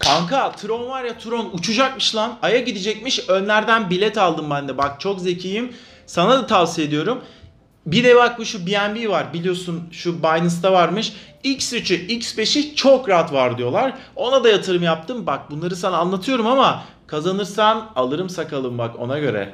Kanka Tron var ya, Tron uçacakmış lan. Ay'a gidecekmiş. Önlerden bilet aldım ben de. Bak çok zekiyim. Sana da tavsiye ediyorum. Bir de bak bu şu BNB var. Biliyorsun şu Binance'da varmış. X3'ü, X5'i çok rahat var diyorlar. Ona da yatırım yaptım. Bak bunları sana anlatıyorum ama kazanırsan alırım sakalım bak ona göre.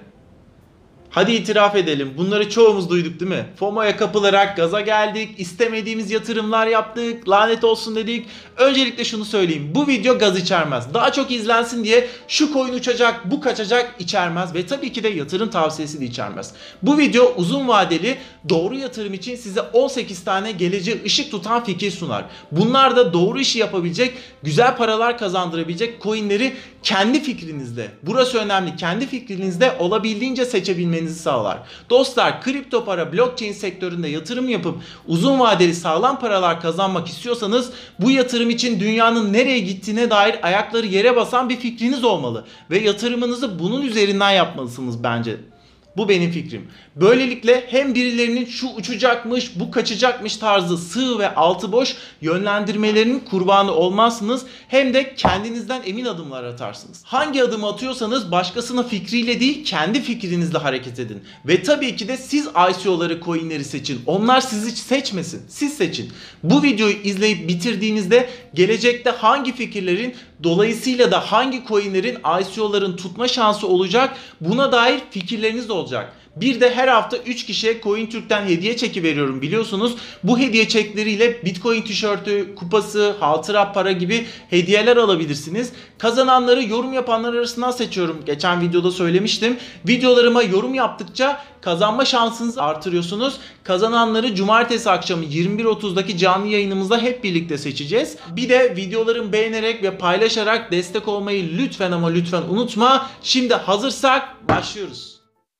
Hadi itiraf edelim. Bunları çoğumuz duyduk değil mi? FOMO'ya kapılarak gaza geldik. İstemediğimiz yatırımlar yaptık. Lanet olsun dedik. Öncelikle şunu söyleyeyim. Bu video gaz içermez. Daha çok izlensin diye şu coin uçacak, bu kaçacak içermez. Ve tabii ki de yatırım tavsiyesi de içermez. Bu video uzun vadeli doğru yatırım için size 18 tane geleceğe ışık tutan fikir sunar. Bunlar da doğru işi yapabilecek, güzel paralar kazandırabilecek coinleri kendi fikrinizde, burası önemli, kendi fikrinizde olabildiğince seçebilmenizi sağlar. Dostlar, kripto para, blockchain sektöründe yatırım yapıp uzun vadeli sağlam paralar kazanmak istiyorsanız bu yatırım için dünyanın nereye gittiğine dair ayakları yere basan bir fikriniz olmalı. Ve yatırımınızı bunun üzerinden yapmalısınız bence. Bu benim fikrim. Böylelikle hem birilerinin şu uçacakmış, bu kaçacakmış tarzı sığ ve altı boş yönlendirmelerinin kurbanı olmazsınız, hem de kendinizden emin adımlar atarsınız. Hangi adımı atıyorsanız başkasının fikriyle değil, kendi fikrinizle hareket edin. Ve tabii ki de siz ICO'ları, coinleri seçin. Onlar sizi seçmesin. Siz seçin. Bu videoyu izleyip bitirdiğinizde gelecekte hangi fikirlerin, dolayısıyla da hangi coinlerin, ICO'ların tutma şansı olacak, buna dair fikirleriniz de olacak. Bir de her hafta 3 kişiye CoinTürk'ten hediye çeki veriyorum biliyorsunuz. Bu hediye çekleriyle Bitcoin tişörtü, kupası, hatıra para gibi hediyeler alabilirsiniz. Kazananları yorum yapanlar arasından seçiyorum. Geçen videoda söylemiştim. Videolarıma yorum yaptıkça kazanma şansınızı artırıyorsunuz. Kazananları cumartesi akşamı 21.30'daki canlı yayınımızda hep birlikte seçeceğiz. Bir de videolarımı beğenerek ve paylaşarak destek olmayı lütfen ama lütfen unutma. Şimdi hazırsak başlıyoruz.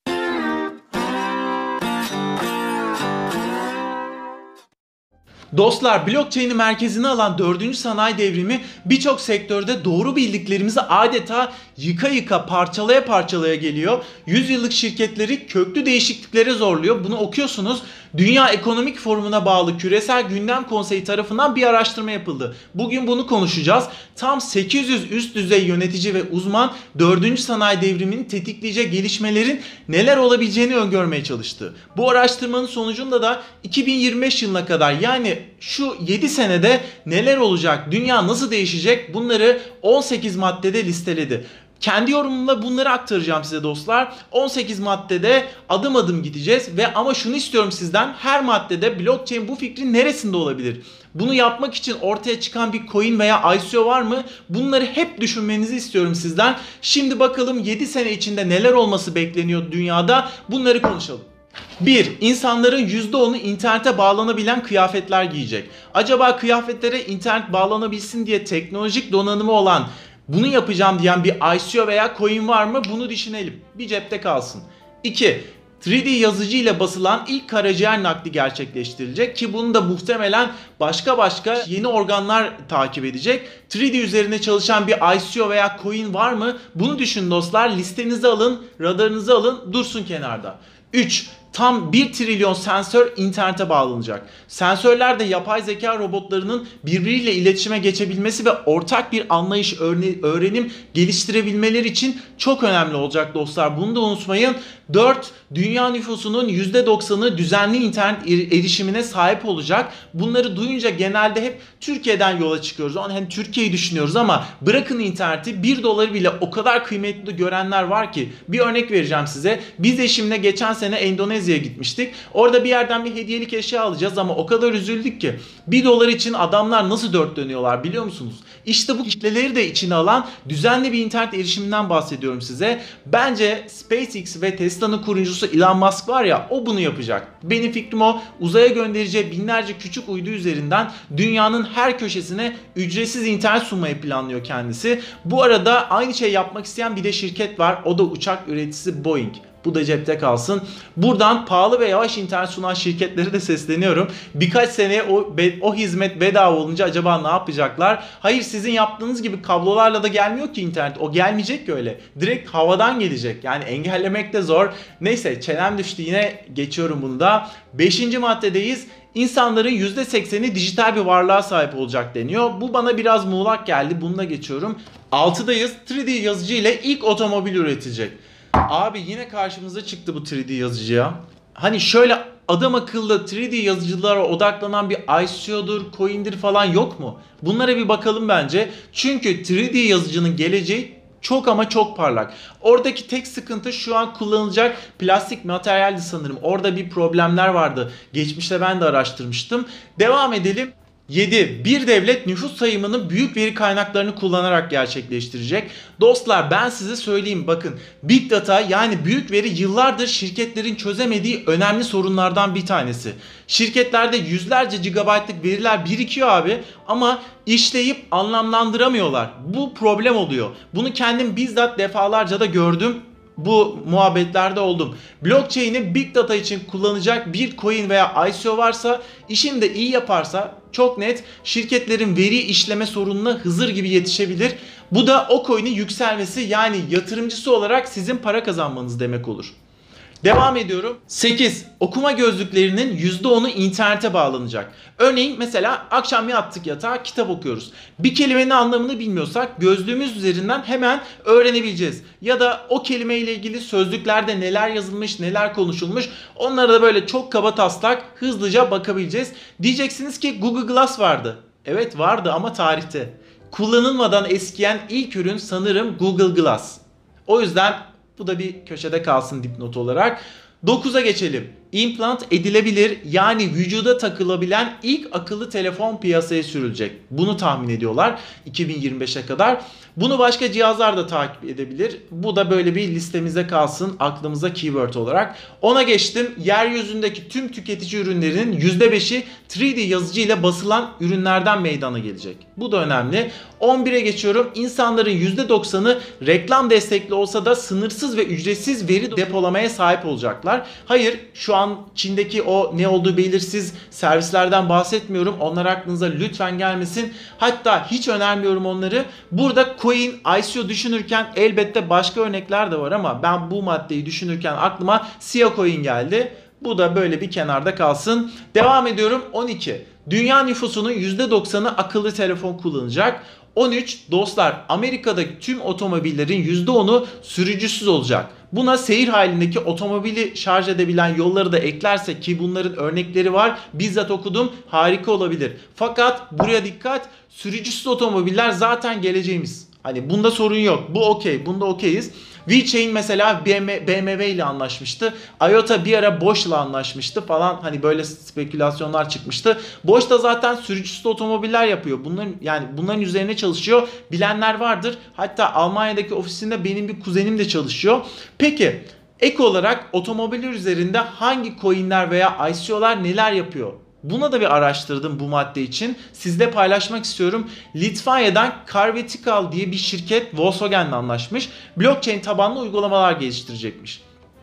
Dostlar, blockchain'i merkezine alan 4. sanayi devrimi birçok sektörde doğru bildiklerimizi adeta yıka yıka, parçalaya parçalaya geliyor. 100 yıllık şirketleri köklü değişikliklere zorluyor. Bunu okuyorsunuz. Dünya Ekonomik Forumu'na bağlı Küresel Gündem Konseyi tarafından bir araştırma yapıldı. Bugün bunu konuşacağız. Tam 800 üst düzey yönetici ve uzman 4. sanayi devrimini tetikleyecek gelişmelerin neler olabileceğini öngörmeye çalıştı. Bu araştırmanın sonucunda da 2025 yılına kadar, yani şu 7 senede neler olacak, dünya nasıl değişecek, bunları 18 maddede listeledi. Kendi yorumumla bunları aktaracağım size dostlar. 18 maddede adım adım gideceğiz ve ama şunu istiyorum sizden: her maddede blockchain bu fikrin neresinde olabilir? Bunu yapmak için ortaya çıkan bir coin veya ICO var mı? Bunları hep düşünmenizi istiyorum sizden. Şimdi bakalım 7 sene içinde neler olması bekleniyor dünyada, bunları konuşalım. 1. İnsanların %10'u internete bağlanabilen kıyafetler giyecek. Acaba kıyafetlere internet bağlanabilsin diye teknolojik donanımı olan, bunu yapacağım diyen bir ICO veya coin var mı? Bunu düşünelim. Bir cepte kalsın. 2. 3D yazıcı ile basılan ilk karaciğer nakli gerçekleştirilecek ki bunu da muhtemelen başka yeni organlar takip edecek. 3D üzerine çalışan bir ICO veya coin var mı? Bunu düşün dostlar. Listenizi alın, radarınızı alın, dursun kenarda. 3. Tam 1 trilyon sensör internete bağlanacak. Sensörler de yapay zeka robotlarının birbiriyle iletişime geçebilmesi ve ortak bir anlayış, öğrenim geliştirebilmeleri için çok önemli olacak dostlar. Bunu da unutmayın. 4. Dünya nüfusunun %90'ı düzenli internet erişimine sahip olacak. Bunları duyunca genelde hep Türkiye'den yola çıkıyoruz. Hani Türkiye'yi düşünüyoruz ama bırakın interneti, 1 doları bile o kadar kıymetli görenler var ki. Bir örnek vereceğim size. Biz eşimle geçen sene Endonezya'ya gitmiştik. Orada bir yerden bir hediyelik eşya alacağız ama o kadar üzüldük ki 1 dolar için adamlar nasıl dört dönüyorlar biliyor musunuz? İşte bu kitleleri de içine alan düzenli bir internet erişiminden bahsediyorum size. Bence SpaceX ve Tesla'nın kurucusu Elon Musk var ya, o bunu yapacak. Benim fikrim o. Uzaya göndereceği binlerce küçük uydu üzerinden dünyanın her köşesine ücretsiz internet sunmayı planlıyor kendisi. Bu arada aynı şey yapmak isteyen bir de şirket var. O da uçak üreticisi Boeing. Bu da cepte kalsın. Buradan pahalı ve yavaş internet sunan şirketlere de sesleniyorum. Birkaç seneye o hizmet bedava olunca acaba ne yapacaklar? Hayır, sizin yaptığınız gibi kablolarla da gelmiyor ki internet. O gelmeyecek ki öyle. Direkt havadan gelecek. Yani engellemek de zor. Neyse, çenem düştü yine, geçiyorum bunu da. 5. maddedeyiz. İnsanların %80'i dijital bir varlığa sahip olacak deniyor. Bu bana biraz muğlak geldi. Bununla geçiyorum. 6'dayız. 3D yazıcı ile ilk otomobil üretilecek. Abi yine karşımıza çıktı bu 3D yazıcı ya. Hani şöyle adam akıllı 3D yazıcılara odaklanan bir ICO'dur, coin'dir falan yok mu? Bunlara bir bakalım bence. Çünkü 3D yazıcının geleceği çok ama çok parlak. Oradaki tek sıkıntı şu an kullanılacak plastik materyaldi sanırım. Orada bir problemler vardı. Geçmişte ben de araştırmıştım. Devam edelim. 7. Bir devlet nüfus sayımını büyük veri kaynaklarını kullanarak gerçekleştirecek. Dostlar ben size söyleyeyim bakın. Big Data yani büyük veri yıllardır şirketlerin çözemediği önemli sorunlardan bir tanesi. Şirketlerde yüzlerce gigabaytlık veriler birikiyor abi ama işleyip anlamlandıramıyorlar. Bu problem oluyor. Bunu kendim bizzat defalarca da gördüm. Bu muhabbetlerde oldum. Blockchain'i Big Data için kullanacak bir coin veya ICO varsa, işini de iyi yaparsa çok net şirketlerin veri işleme sorununa Hızır gibi yetişebilir. Bu da o coin'in yükselmesi yani yatırımcısı olarak sizin para kazanmanız demek olur. Devam ediyorum. 8. Okuma gözlüklerinin %10'u internete bağlanacak. Örneğin mesela akşam yattık yatağa kitap okuyoruz. Bir kelimenin anlamını bilmiyorsak gözlüğümüz üzerinden hemen öğrenebileceğiz. Ya da o kelimeyle ilgili sözlüklerde neler yazılmış, neler konuşulmuş onlara da böyle çok kaba taslak hızlıca bakabileceğiz. Diyeceksiniz ki Google Glass vardı. Evet vardı ama tarihte. Kullanılmadan eskiyen ilk ürün sanırım Google Glass. O yüzden bu da bir köşede kalsın dipnot olarak. 9'a geçelim. İmplant edilebilir yani vücuda takılabilen ilk akıllı telefon piyasaya sürülecek. Bunu tahmin ediyorlar 2025'e kadar. Bunu başka cihazlar da takip edebilir. Bu da böyle bir listemizde kalsın aklımıza keyword olarak. Ona geçtim. Yeryüzündeki tüm tüketici ürünlerinin %5'i 3D yazıcı ile basılan ürünlerden meydana gelecek. Bu da önemli. 11'e geçiyorum. İnsanların %90'ı reklam destekli olsa da sınırsız ve ücretsiz veri depolamaya sahip olacaklar. Hayır, şu an Çin'deki o ne olduğu belirsiz servislerden bahsetmiyorum. Onlar aklınıza lütfen gelmesin. Hatta hiç önermiyorum onları. Burada coin, ICO düşünürken elbette başka örnekler de var ama ben bu maddeyi düşünürken aklıma SIA Coin geldi. Bu da böyle bir kenarda kalsın. Devam ediyorum. 12. Dünya nüfusunun %90'ı akıllı telefon kullanacak. 13. Dostlar Amerika'daki tüm otomobillerin %10'u sürücüsüz olacak. Buna seyir halindeki otomobili şarj edebilen yolları da eklersek ki bunların örnekleri var. Bizzat okudum. Harika olabilir. Fakat buraya dikkat. Sürücüsüz otomobiller zaten geleceğimiz. Hani bunda sorun yok. Bu okey. Bunda okeyiz. VeChain mesela BMW ile anlaşmıştı. IOTA bir ara Bosch'la anlaşmıştı falan. Hani böyle spekülasyonlar çıkmıştı. Bosch da zaten sürücüsüz otomobiller yapıyor. Bunların üzerine çalışıyor. Bilenler vardır. Hatta Almanya'daki ofisinde benim bir kuzenim de çalışıyor. Peki ek olarak otomobiller üzerinde hangi coinler veya ICO'lar neler yapıyor? Buna da bir araştırdım bu madde için. Sizle paylaşmak istiyorum. Litvanya'dan Carvetical diye bir şirket Volkswagen'le anlaşmış. Blockchain tabanlı uygulamalar geliştirecekmiş.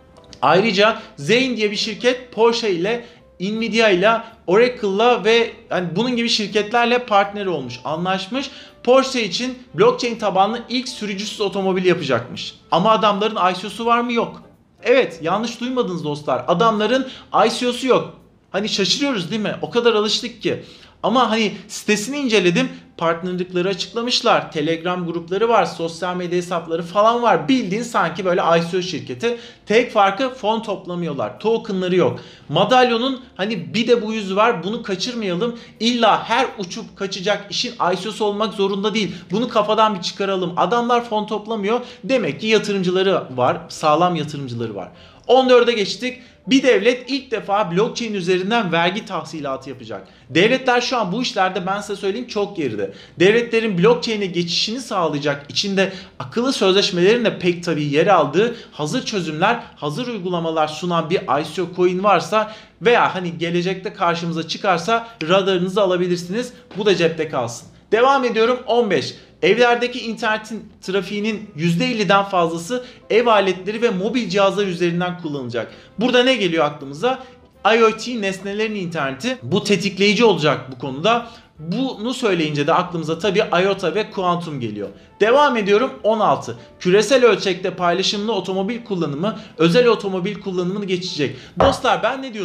Ayrıca Zeyn diye bir şirket Porsche ile Nvidia ile Oracle'la ve yani bunun gibi şirketlerle partneri olmuş, anlaşmış. Porsche için blockchain tabanlı ilk sürücüsüz otomobil yapacakmış. Ama adamların ICO'su var mı? Yok. Evet, yanlış duymadınız dostlar. Adamların ICO'su yok. Hani şaşırıyoruz değil mi? O kadar alıştık ki. Ama hani sitesini inceledim. Partnerlikleri açıklamışlar. Telegram grupları var. Sosyal medya hesapları falan var. Bildiğin sanki böyle ICO şirketi. Tek farkı fon toplamıyorlar. Tokenları yok. Madalyonun hani bir de bu yüzü var. Bunu kaçırmayalım. İlla her uçup kaçacak işin ICO'su olmak zorunda değil. Bunu kafadan bir çıkaralım. Adamlar fon toplamıyor. Demek ki yatırımcıları var. Sağlam yatırımcıları var. 14'e geçtik. Bir devlet ilk defa blockchain üzerinden vergi tahsilatı yapacak. Devletler şu an bu işlerde ben size söyleyeyim çok geride. Devletlerin blockchain'e geçişini sağlayacak, içinde akıllı sözleşmelerin de pek tabii yer aldığı hazır çözümler, hazır uygulamalar sunan bir ICO coin varsa veya hani gelecekte karşımıza çıkarsa radarınızı alabilirsiniz. Bu da cepte kalsın. Devam ediyorum. 15. Evlerdeki internetin trafiğinin %50'den fazlası ev aletleri ve mobil cihazlar üzerinden kullanılacak. Burada ne geliyor aklımıza? IoT, nesnelerin interneti. Bu tetikleyici olacak bu konuda. Bunu söyleyince de aklımıza tabii IOTA ve kuantum geliyor. Devam ediyorum. 16. Küresel ölçekte paylaşımlı otomobil kullanımı özel otomobil kullanımını geçecek. Dostlar ben ne diyordum?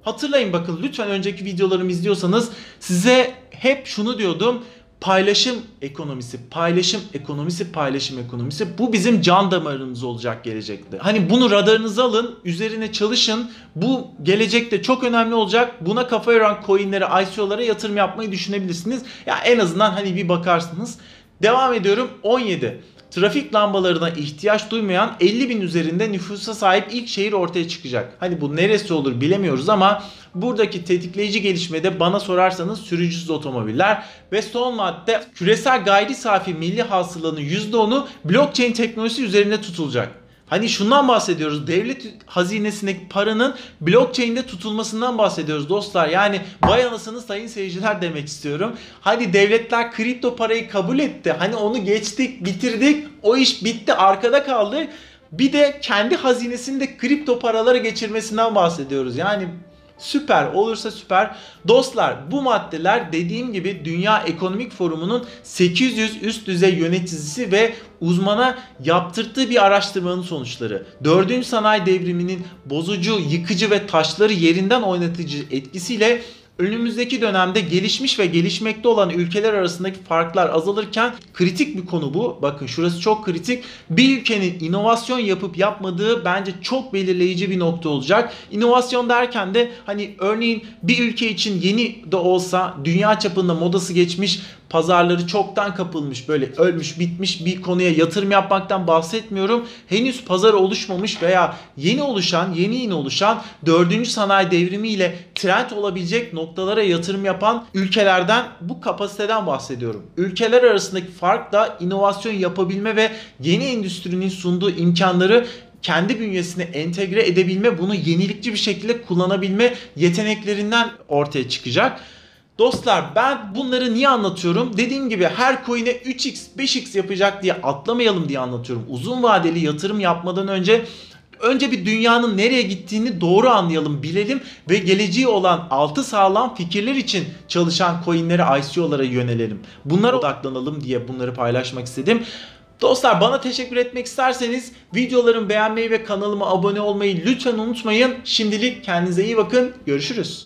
Hatırlayın bakın, lütfen önceki videolarımı izliyorsanız size hep şunu diyordum. Paylaşım ekonomisi, paylaşım ekonomisi, paylaşım ekonomisi. Bu bizim can damarımız olacak gelecekte. Hani bunu radarınıza alın, üzerine çalışın. Bu gelecekte çok önemli olacak. Buna kafa yoran coinlere, ICO'lara yatırım yapmayı düşünebilirsiniz. Ya en azından hani bir bakarsınız. Devam ediyorum. 17. Trafik lambalarına ihtiyaç duymayan 50 bin üzerinde nüfusa sahip ilk şehir ortaya çıkacak. Hani bu neresi olur bilemiyoruz ama buradaki tetikleyici gelişme de bana sorarsanız sürücüsüz otomobiller. Ve son madde, küresel gayri safi milli hasılanın %10'u blockchain teknolojisi üzerinde tutulacak. Hani şundan bahsediyoruz. Devlet hazinesindeki paranın blockchain'de tutulmasından bahsediyoruz dostlar. Yani vay anasını sayın seyirciler demek istiyorum. Hadi devletler kripto parayı kabul etti. Hani onu geçtik, bitirdik. O iş bitti, arkada kaldı. Bir de kendi hazinesinde kripto paraları geçirmesinden bahsediyoruz. Yani süper olursa süper. Dostlar, bu maddeler dediğim gibi Dünya Ekonomik Forumu'nun 800 üst düzey yöneticisi ve uzmana yaptırdığı bir araştırmanın sonuçları. 4. sanayi devriminin bozucu, yıkıcı ve taşları yerinden oynatıcı etkisiyle önümüzdeki dönemde gelişmiş ve gelişmekte olan ülkeler arasındaki farklar azalırken kritik bir konu bu. Bakın şurası çok kritik. Bir ülkenin inovasyon yapıp yapmadığı bence çok belirleyici bir nokta olacak. İnovasyon derken de hani örneğin bir ülke için yeni de olsa dünya çapında modası geçmiş, pazarları çoktan kapılmış, böyle ölmüş bitmiş bir konuya yatırım yapmaktan bahsetmiyorum. Henüz pazar oluşmamış veya yeni oluşan 4. sanayi devrimi ile trend olabilecek noktalara yatırım yapan ülkelerden, bu kapasiteden bahsediyorum. Ülkeler arasındaki fark da inovasyon yapabilme ve yeni endüstrinin sunduğu imkanları kendi bünyesine entegre edebilme, bunu yenilikçi bir şekilde kullanabilme yeteneklerinden ortaya çıkacak. Dostlar, ben bunları niye anlatıyorum? Dediğim gibi her coin'e 3x 5x yapacak diye atlamayalım diye anlatıyorum. Uzun vadeli yatırım yapmadan önce bir dünyanın nereye gittiğini doğru anlayalım, bilelim ve geleceği olan altı sağlam fikirler için çalışan coinlere, ICO'lara yönelelim. Bunlara odaklanalım diye bunları paylaşmak istedim. Dostlar, bana teşekkür etmek isterseniz videolarımı beğenmeyi ve kanalıma abone olmayı lütfen unutmayın. Şimdilik kendinize iyi bakın. Görüşürüz.